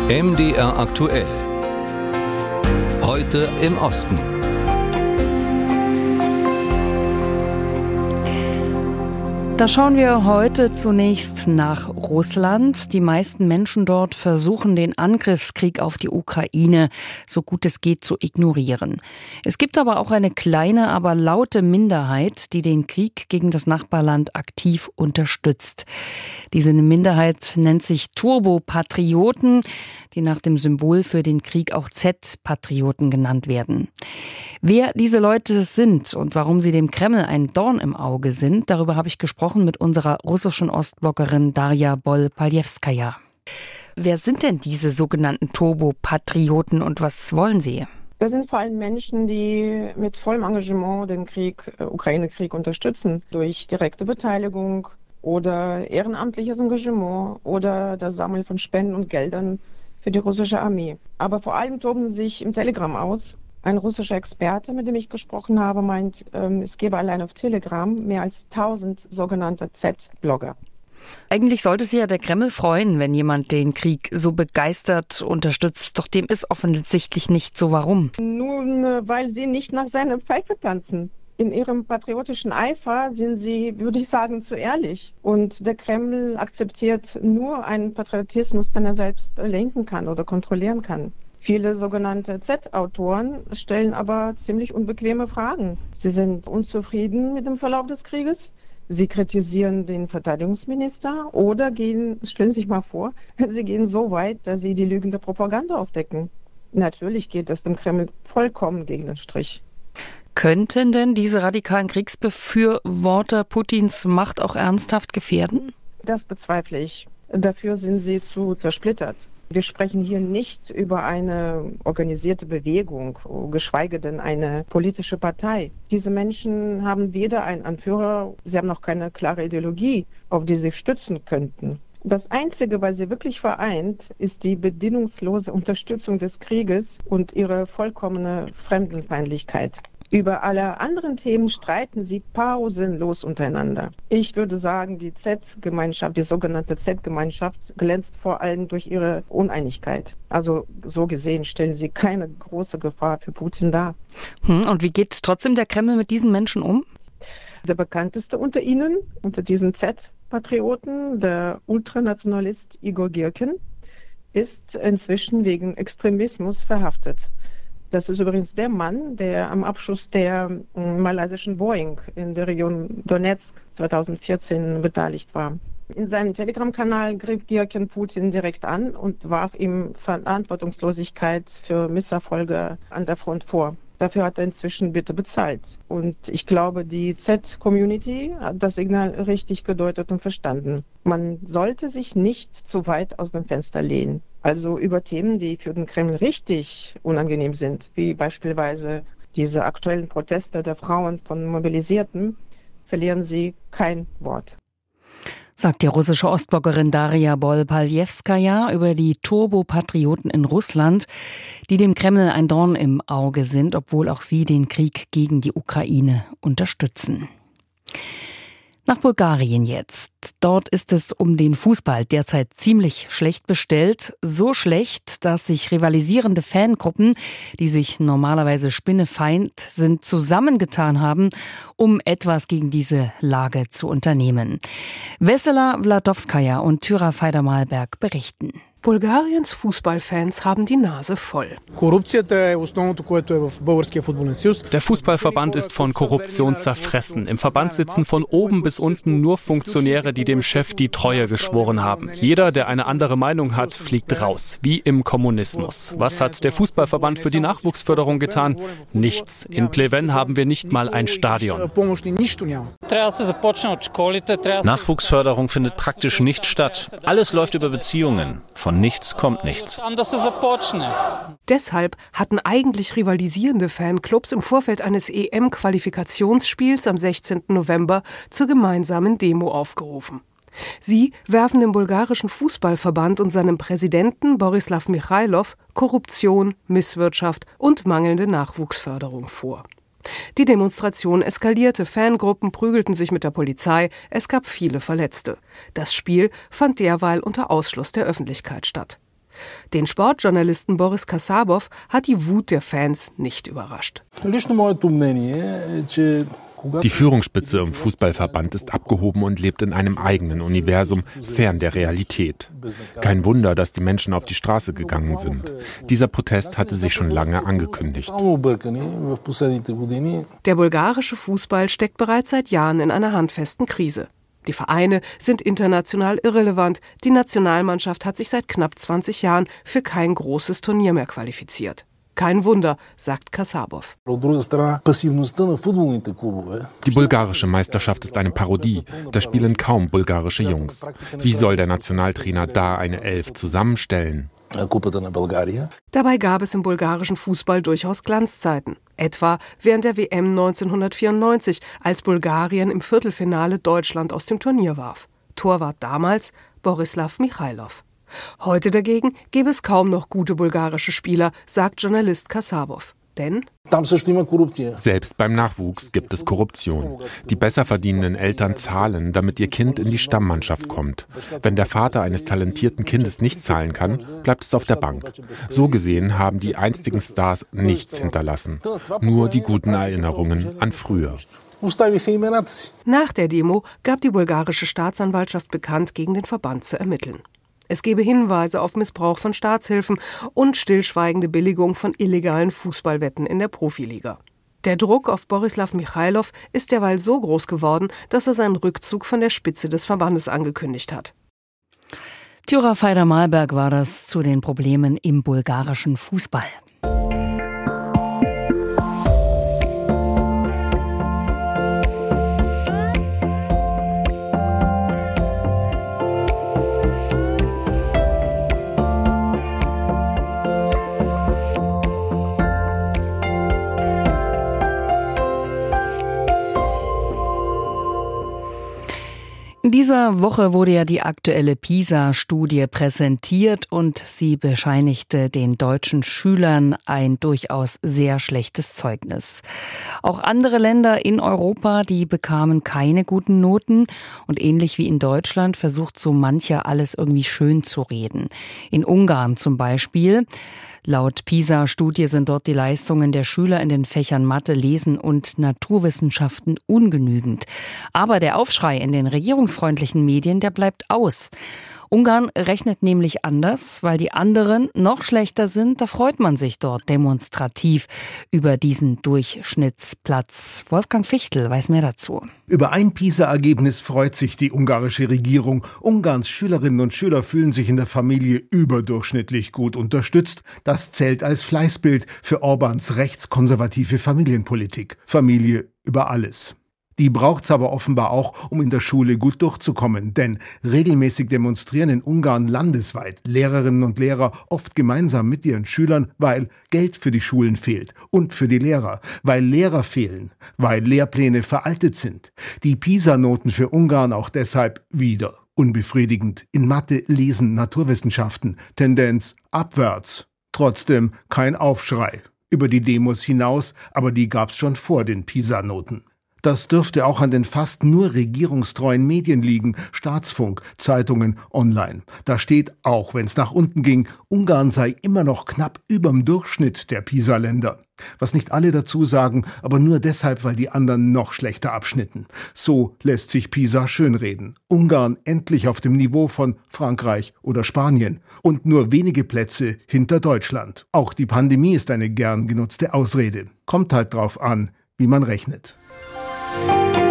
MDR aktuell. Heute im Osten. Da schauen wir heute zunächst nach Russland. Die meisten Menschen dort versuchen, den Angriffskrieg auf die Ukraine so gut es geht zu ignorieren. Es gibt aber auch eine kleine, aber laute Minderheit, die den Krieg gegen das Nachbarland aktiv unterstützt. Diese Minderheit nennt sich Turbopatrioten, die nach dem Symbol für den Krieg auch Z-Patrioten genannt werden. Wer diese Leute sind und warum sie dem Kreml ein Dorn im Auge sind, darüber habe ich gesprochen mit unserer russischen Ostbloggerin Darja Bol-Paljewskaja. Wer sind denn diese sogenannten Turbopatrioten und was wollen sie? Das sind vor allem Menschen, die mit vollem Engagement den Ukraine-Krieg unterstützen, durch direkte Beteiligung oder ehrenamtliches Engagement oder das Sammeln von Spenden und Geldern für die russische Armee. Aber vor allem toben sich im Telegram aus. Ein russischer Experte, mit dem ich gesprochen habe, meint, es gebe allein auf Telegram mehr als 1000 sogenannte Z-Blogger. Eigentlich sollte sich ja der Kreml freuen, wenn jemand den Krieg so begeistert unterstützt. Doch dem ist offensichtlich nicht so. Warum? Nun, weil sie nicht nach seinem Pfeife tanzen. In ihrem patriotischen Eifer sind sie, würde ich sagen, zu ehrlich. Und der Kreml akzeptiert nur einen Patriotismus, den er selbst lenken kann oder kontrollieren kann. Viele sogenannte Z-Autoren stellen aber ziemlich unbequeme Fragen. Sie sind unzufrieden mit dem Verlauf des Krieges. Sie kritisieren den Verteidigungsminister oder stellen Sie sich mal vor, sie gehen so weit, dass sie die lügende Propaganda aufdecken. Natürlich geht es dem Kreml vollkommen gegen den Strich. Könnten denn diese radikalen Kriegsbefürworter Putins Macht auch ernsthaft gefährden? Das bezweifle ich. Dafür sind sie zu zersplittert. Wir sprechen hier nicht über eine organisierte Bewegung, geschweige denn eine politische Partei. Diese Menschen haben weder einen Anführer, sie haben noch keine klare Ideologie, auf die sie stützen könnten. Das Einzige, was sie wirklich vereint, ist die bedingungslose Unterstützung des Krieges und ihre vollkommene Fremdenfeindlichkeit. Über alle anderen Themen streiten sie pausenlos untereinander. Ich würde sagen, die Z-Gemeinschaft, die sogenannte Z-Gemeinschaft, glänzt vor allem durch ihre Uneinigkeit. Also so gesehen stellen sie keine große Gefahr für Putin dar. Und wie geht trotzdem der Kreml mit diesen Menschen um? Der bekannteste unter ihnen, unter diesen Z-Patrioten, der Ultranationalist Igor Girkin, ist inzwischen wegen Extremismus verhaftet. Das ist übrigens der Mann, der am Abschuss der malaysischen Boeing in der Region Donetsk 2014 beteiligt war. In seinem Telegram-Kanal griff Girkin Putin direkt an und warf ihm Verantwortungslosigkeit für Misserfolge an der Front vor. Dafür hat er inzwischen bitter bezahlt. Und ich glaube, die Z-Community hat das Signal richtig gedeutet und verstanden. Man sollte sich nicht zu weit aus dem Fenster lehnen. Also über Themen, die für den Kreml richtig unangenehm sind, wie beispielsweise diese aktuellen Proteste der Frauen von Mobilisierten, verlieren sie kein Wort. Sagt die russische Ostbloggerin Darja Bol-Paljewskaja über die Turbopatrioten in Russland, die dem Kreml ein Dorn im Auge sind, obwohl auch sie den Krieg gegen die Ukraine unterstützen. Nach Bulgarien jetzt. Dort ist es um den Fußball derzeit ziemlich schlecht bestellt. So schlecht, dass sich rivalisierende Fangruppen, die sich normalerweise spinnefeind sind, zusammengetan haben, um etwas gegen diese Lage zu unternehmen. Vesela Vladovskaja und Tyra Feider-Malberg berichten. Bulgariens Fußballfans haben die Nase voll. Der Fußballverband ist von Korruption zerfressen. Im Verband sitzen von oben bis unten nur Funktionäre, die dem Chef die Treue geschworen haben. Jeder, der eine andere Meinung hat, fliegt raus, wie im Kommunismus. Was hat der Fußballverband für die Nachwuchsförderung getan? Nichts. In Pleven haben wir nicht mal ein Stadion. Nachwuchsförderung findet praktisch nicht statt. Alles läuft über Beziehungen. Von nichts kommt nichts. Deshalb hatten eigentlich rivalisierende Fanclubs im Vorfeld eines EM-Qualifikationsspiels am 16. November zur gemeinsamen Demo aufgerufen. Sie werfen dem bulgarischen Fußballverband und seinem Präsidenten Borislav Michailov Korruption, Misswirtschaft und mangelnde Nachwuchsförderung vor. Die Demonstration eskalierte, Fangruppen prügelten sich mit der Polizei, es gab viele Verletzte. Das Spiel fand derweil unter Ausschluss der Öffentlichkeit statt. Den Sportjournalisten Boris Kasabow hat die Wut der Fans nicht überrascht. Die Führungsspitze im Fußballverband ist abgehoben und lebt in einem eigenen Universum, fern der Realität. Kein Wunder, dass die Menschen auf die Straße gegangen sind. Dieser Protest hatte sich schon lange angekündigt. Der bulgarische Fußball steckt bereits seit Jahren in einer handfesten Krise. Die Vereine sind international irrelevant. Die Nationalmannschaft hat sich seit knapp 20 Jahren für kein großes Turnier mehr qualifiziert. Kein Wunder, sagt Kasabow. Die bulgarische Meisterschaft ist eine Parodie. Da spielen kaum bulgarische Jungs. Wie soll der Nationaltrainer da eine Elf zusammenstellen? Dabei gab es im bulgarischen Fußball durchaus Glanzzeiten. Etwa während der WM 1994, als Bulgarien im Viertelfinale Deutschland aus dem Turnier warf. Torwart damals Borislav Michailov. Heute dagegen gäbe es kaum noch gute bulgarische Spieler, sagt Journalist Kasabow. Denn selbst beim Nachwuchs gibt es Korruption. Die besser verdienenden Eltern zahlen, damit ihr Kind in die Stammmannschaft kommt. Wenn der Vater eines talentierten Kindes nicht zahlen kann, bleibt es auf der Bank. So gesehen haben die einstigen Stars nichts hinterlassen. Nur die guten Erinnerungen an früher. Nach der Demo gab die bulgarische Staatsanwaltschaft bekannt, gegen den Verband zu ermitteln. Es gebe Hinweise auf Missbrauch von Staatshilfen und stillschweigende Billigung von illegalen Fußballwetten in der Profiliga. Der Druck auf Borislav Michailov ist derweil so groß geworden, dass er seinen Rückzug von der Spitze des Verbandes angekündigt hat. Thyra Feider-Malberg war das zu den Problemen im bulgarischen Fußball. In dieser Woche wurde ja die aktuelle PISA-Studie präsentiert und sie bescheinigte den deutschen Schülern ein durchaus sehr schlechtes Zeugnis. Auch andere Länder in Europa, die bekamen keine guten Noten und ähnlich wie in Deutschland versucht so mancher alles irgendwie schön zu reden. In Ungarn zum Beispiel. Laut PISA-Studie sind dort die Leistungen der Schüler in den Fächern Mathe, Lesen und Naturwissenschaften ungenügend. Aber der Aufschrei in den regierungsfreundlichen Medien, der bleibt aus. Ungarn rechnet nämlich anders, weil die anderen noch schlechter sind. Da freut man sich dort demonstrativ über diesen Durchschnittsplatz. Wolfgang Fichtel weiß mehr dazu. Über ein PISA-Ergebnis freut sich die ungarische Regierung. Ungarns Schülerinnen und Schüler fühlen sich in der Familie überdurchschnittlich gut unterstützt. Das zählt als Fleißbild für Orbáns rechtskonservative Familienpolitik. Familie über alles. Die braucht's aber offenbar auch, um in der Schule gut durchzukommen. Denn regelmäßig demonstrieren in Ungarn landesweit Lehrerinnen und Lehrer oft gemeinsam mit ihren Schülern, weil Geld für die Schulen fehlt und für die Lehrer, weil Lehrer fehlen, weil Lehrpläne veraltet sind. Die PISA-Noten für Ungarn auch deshalb wieder unbefriedigend. In Mathe, Lesen, Naturwissenschaften, Tendenz abwärts. Trotzdem kein Aufschrei. Über die Demos hinaus, aber die gab's schon vor den PISA-Noten. Das dürfte auch an den fast nur regierungstreuen Medien liegen, Staatsfunk, Zeitungen, online. Da steht, auch wenn es nach unten ging, Ungarn sei immer noch knapp überm Durchschnitt der PISA-Länder. Was nicht alle dazu sagen, aber nur deshalb, weil die anderen noch schlechter abschnitten. So lässt sich PISA schönreden. Ungarn endlich auf dem Niveau von Frankreich oder Spanien und nur wenige Plätze hinter Deutschland. Auch die Pandemie ist eine gern genutzte Ausrede. Kommt halt drauf an, wie man rechnet.